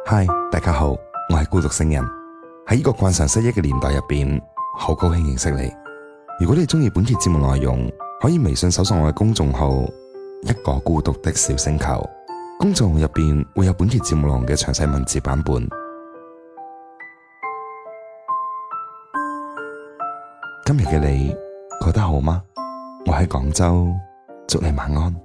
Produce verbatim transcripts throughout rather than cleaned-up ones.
嗨，大家好，我係孤獨星人。喺呢個慣常失憶嘅年代入邊，好高興認識你。如果你中意本期節目內容，可以微信搜索我嘅公眾號一個孤獨的小星球，公眾號入邊會有本期節目內容嘅詳細文字版本。今日嘅你覺得好嗎？我喺廣州，祝你晚安。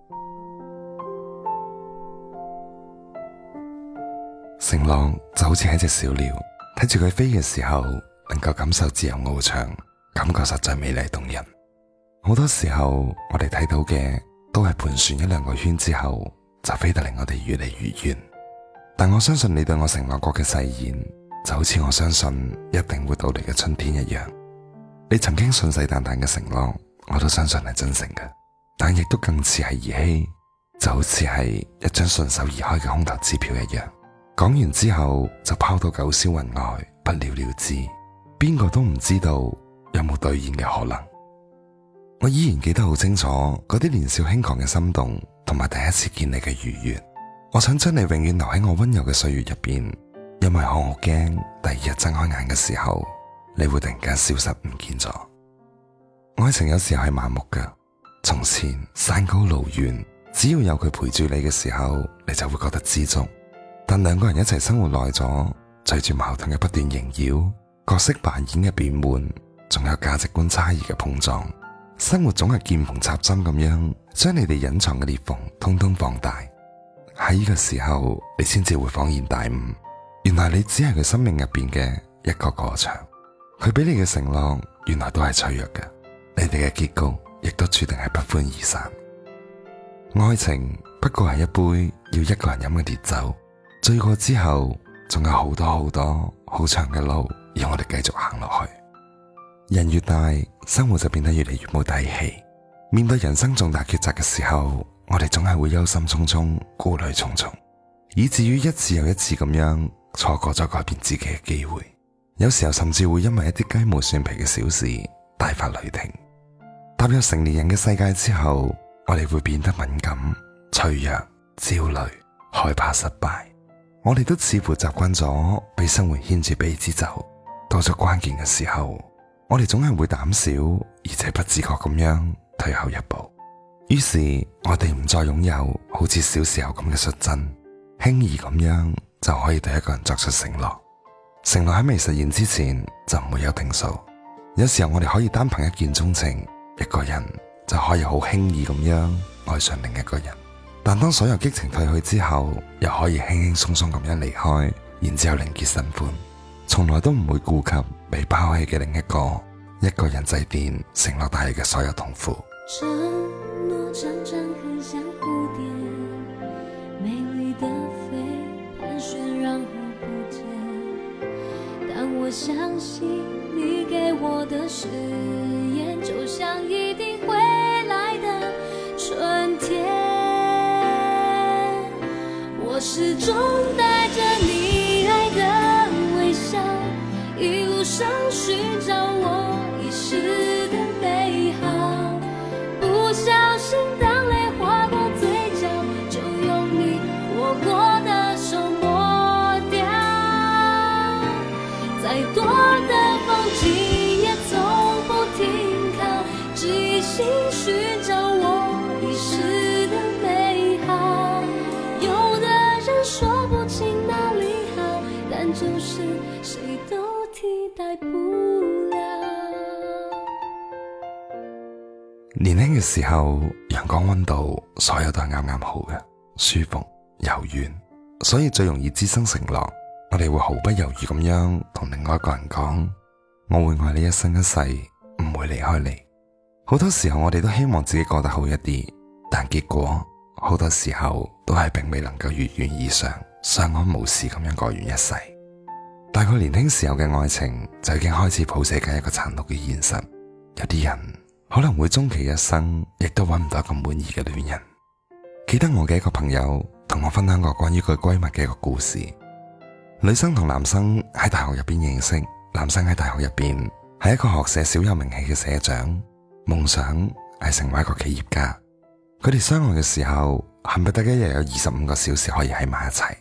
承諾就好似係一隻小鳥，睇住佢飛嘅時候，能夠感受自由翱翔，感覺實在美麗動人。好多時候我哋睇到嘅都係盤旋一兩個圈之後，就飛得離我哋越嚟越遠。但我相信你對我承諾過嘅誓言，就好似我相信一定會到嚟嘅春天一樣。你曾經信誓旦旦嘅承諾，我都相信係真誠嘅，但亦都更似係兒戲，就好似係一張順手而開嘅空頭支票一樣。講完之後就拋到九霄雲外，不了了之，邊個都唔知道有冇兌現嘅可能。我依然記得好清楚嗰啲年少輕狂嘅心動，同埋第一次見你嘅愉悅。我想將你永遠留喺我溫柔嘅歲月入邊，因為我好驚第二日睜開眼嘅時候，你會突然間消失唔見咗。愛情有時候係盲目㗎，從前山高路遠，只要有佢陪住你嘅時候，你就會覺得知足。但兩個人一齊生活耐咗，隨住矛盾嘅不斷縈繞，角色扮演嘅變換，仲有價值觀差異嘅碰撞，生活總係見縫插針咁樣，將你哋隱藏嘅裂縫通通放大。喺呢個時候，你先至會恍然大悟，原來你只係佢生命入邊嘅一個過場。佢俾你嘅承諾，原來都係脆弱嘅，你哋嘅結局亦都注定係不歡而散。愛情不過係一杯要一個人飲嘅烈酒。醉過之後，仲有好多好多好長嘅路要我哋繼續行落去。人越大，生活就變得越嚟越冇底氣。面對人生重大抉擇嘅時候，我哋總係會憂心忡忡、顧慮重重，以至於一次又一次咁樣錯過咗改變自己嘅機會。有時候甚至會因為一啲雞毛蒜皮嘅小事大發雷霆。踏入成年人嘅世界之後，我哋會變得敏感、脆弱、焦慮、害怕失敗。我哋都似乎習慣咗被生活牽住鼻子走，到咗關鍵嘅時候，我哋總係會膽小，而且不自覺咁樣退後一步。於是我哋唔再擁有好似小時候咁嘅率真，輕易咁樣就可以對一個人作出承諾。承諾喺未實現之前就唔會有定數。有時候我哋可以單憑一見鍾情，一個人就可以好輕易咁樣愛上另一個人。但當所有激情退去之後，又可以輕輕鬆鬆咁樣離開，然之後另結新歡，從來都唔會顧及被拋棄嘅另一個一個人祭奠承諾帶嚟嘅所有痛苦。 承諾常常很像蝴蝶，美麗的飛，盤旋然後不見。但我相信你給我的誓言，就像一定會來的春天。我始終帶着你愛的微笑，一路上尋找我遺失的美好。不小心當淚劃過嘴角，就用你握過的手抹掉。再多的風景也從不停靠，只一心尋找我遺失的美好。說不清哪裡好，但就是誰都替代不了。 年輕嘅時候，陽光溫度所有都係啱啱好嘅，舒服柔軟，所以最容易滋生承諾。我哋會毫不猶豫咁樣同另外一個人講，我會愛你一生一世，唔會離開你。好多時候我哋都希望自己過得好一啲，但結果好多時候都係並未能夠如願以償，相安無事咁樣過完一世。大概年輕時候嘅愛情就已經開始譜寫緊一個殘酷嘅現實，有啲人可能會終其一生亦都揾唔到一個滿意嘅戀人。記得我嘅一個朋友同我分享過關於佢閨蜜嘅一個故事。女生同男生喺大學入邊認識，男生喺大學入邊係一個學社小有名氣嘅社長，夢想係成為一個企業家。佢哋相愛嘅時候，恨不得一日有二十五個小時可以喺埋一齊。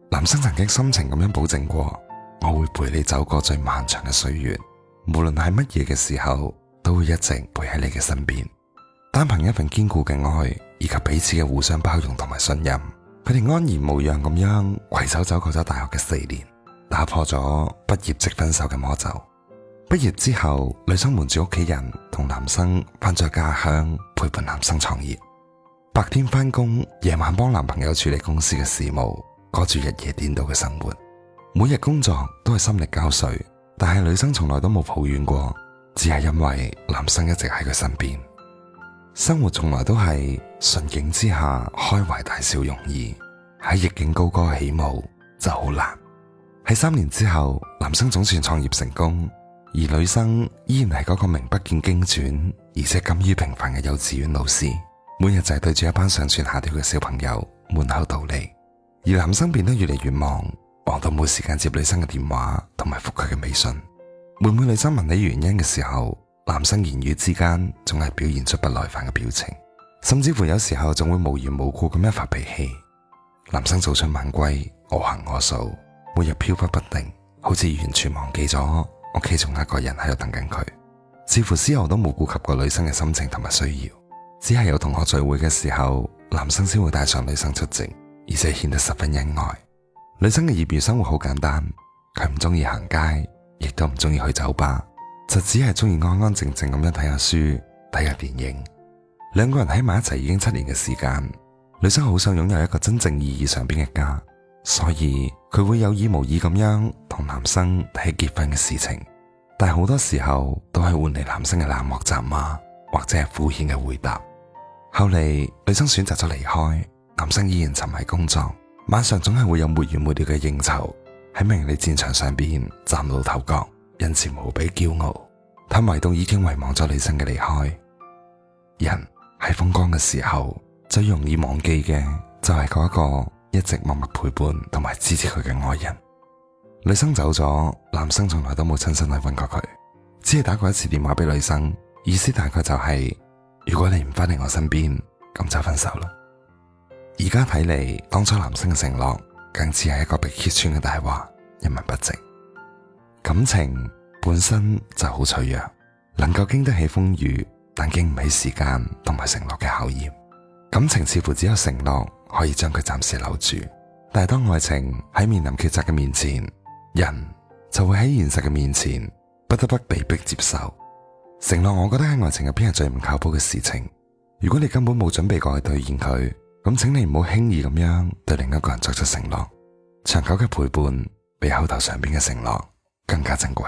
男生曾經深情咁樣保證過，我會陪你走過最漫長嘅歲月，無論係乜嘢嘅時候，都會一直陪喺你嘅身邊。單憑一份堅固嘅愛，以及彼此嘅互相包容同埋信任，佢哋安然無恙咁樣攜手走過咗大學嘅四年，打破咗畢業即分手嘅魔咒。畢業之後，女生瞞住屋企人同男生翻咗家鄉陪伴男生創業，白天翻工，夜晚幫男朋友處理公司嘅事務，過住日夜顛倒嘅生活。每日工作都係心力交瘁，但係女生從來都冇抱怨過，只係因為男生一直喺佢身邊。生活從來都係順境之下開懷大笑容易，喺逆境高歌起舞就好難。喺三年之後，男生總算創業成功，而女生依然係嗰個名不見經傳而且甘於平凡嘅幼稚園老師，每日就係對住一班上蹿下跳嘅小朋友門口道理。而男生變得越嚟越忙，忙到冇時間接女生嘅電話同埋覆佢嘅微信。每每女生問你原因嘅時候，男生言語之間總係表現出不耐煩嘅表情，甚至乎有時候仲會無緣無故咁樣發脾氣。男生早出晚歸，我行我素，每日飄忽不定，好似完全忘記咗屋企仲有一個人喺度等緊佢，似乎絲毫都冇顧及過女生嘅心情同埋需要。只係有同學聚會嘅時候，男生先會帶上女生出席，而且顯得十分恩愛。女生嘅業餘生活好簡單，佢唔中意行街，亦都唔中意去酒吧，就只係中意安安靜靜咁樣睇下書，睇下電影。兩個人喺埋一齊已經七年嘅時間，女生好想擁有一個真正意義上邊嘅家，所以佢會有意無意咁樣同男生提結婚嘅事情，但係好多時候都係換嚟男生嘅冷漠責罵或者係敷衍嘅回答。後嚟女生選擇咗離開，男生依然沉迷工作，晚上總係會有沒完沒了嘅應酬，喺名利戰場上邊嶄露頭角，因此無比驕傲。他唯獨已經遺忘咗女生嘅離開。人喺風光嘅時候，最容易忘記嘅就係嗰一個一直默默陪伴同埋支持佢嘅愛人。女生走咗，男生從來都冇親身去問過佢，只係打過一次電話俾女生，意思大概就係、是、如果你唔翻嚟我身邊，咁就分手啦。而家睇嚟，當初男生嘅承諾更似係一個被揭穿嘅大話，一文不值。感情本身就好脆弱，能夠經得起風雨，但經唔起時間同埋承諾嘅考驗。感情似乎只有承諾可以將佢暫時留住，但係當愛情喺面臨抉擇嘅面前，人就會喺現實嘅面前不得不被迫接受。承諾我覺得喺愛情入邊係最唔靠譜嘅事情。如果你根本冇準備過去兌現佢，咁請你唔好輕易咁樣對另一個人作出承諾。長久嘅陪伴比口頭上邊嘅承諾更加珍貴。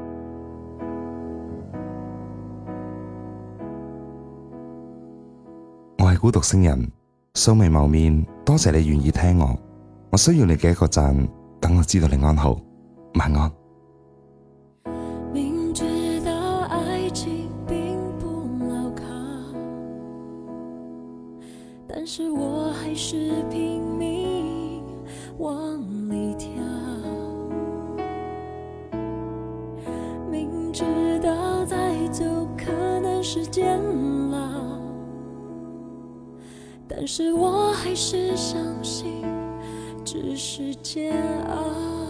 我係孤獨星人，素未謀面，多謝你願意聽我。我需要你嘅一個讚，等我知道你安好。晚安。 明知道愛情並不牢靠，但是我還是拼命往裡跳。明知道再走可能是煎熬，但是我還是相信只是煎熬。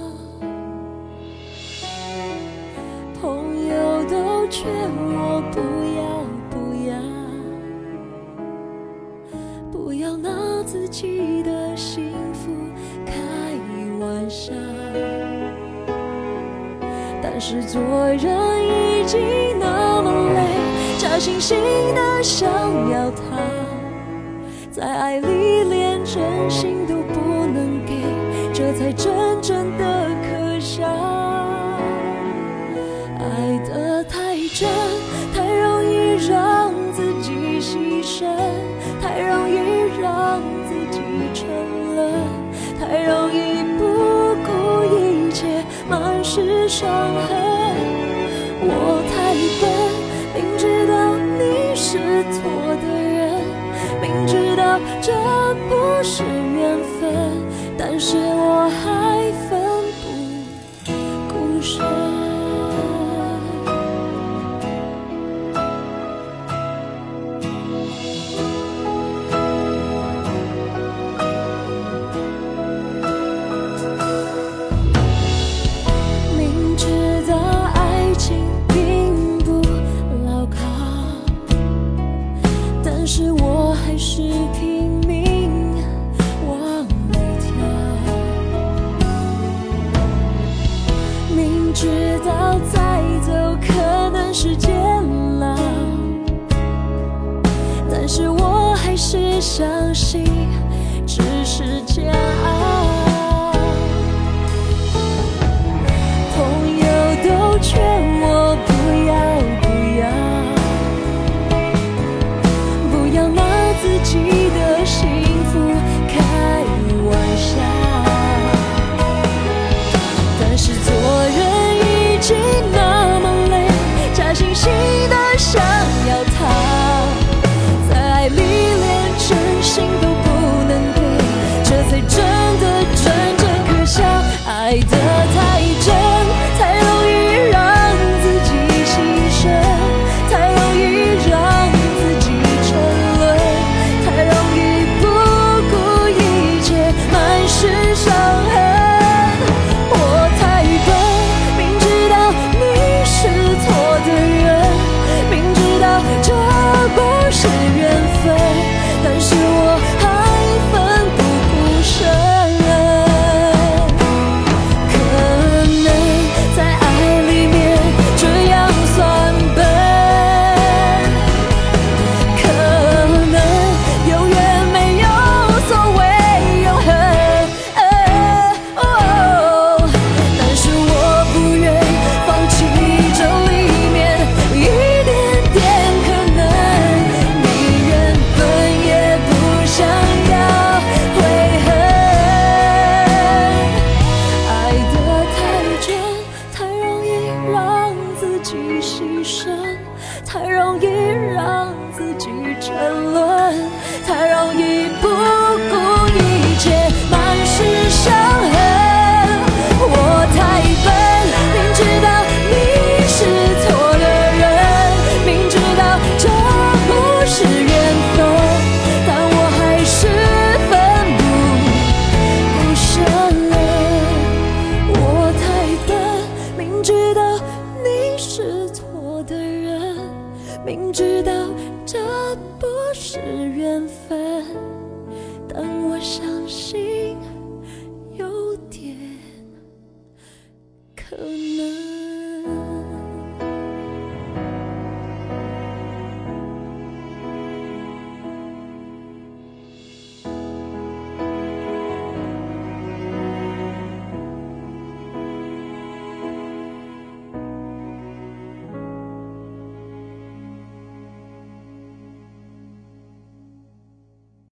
朋友都勸我不要不要不要拿自己的幸福開玩笑，但是做人已經那麼累，假惺惺的想要他，在愛裡連真心都不能給，這才真正的可笑。愛得太真，太容易讓自己犧牲，太容易讓自己沉淪，太容易不顧一切，滿是傷痕。我太笨，明知道你是錯的人，明知道這不是緣分，但是我還奮不顧身。 可能。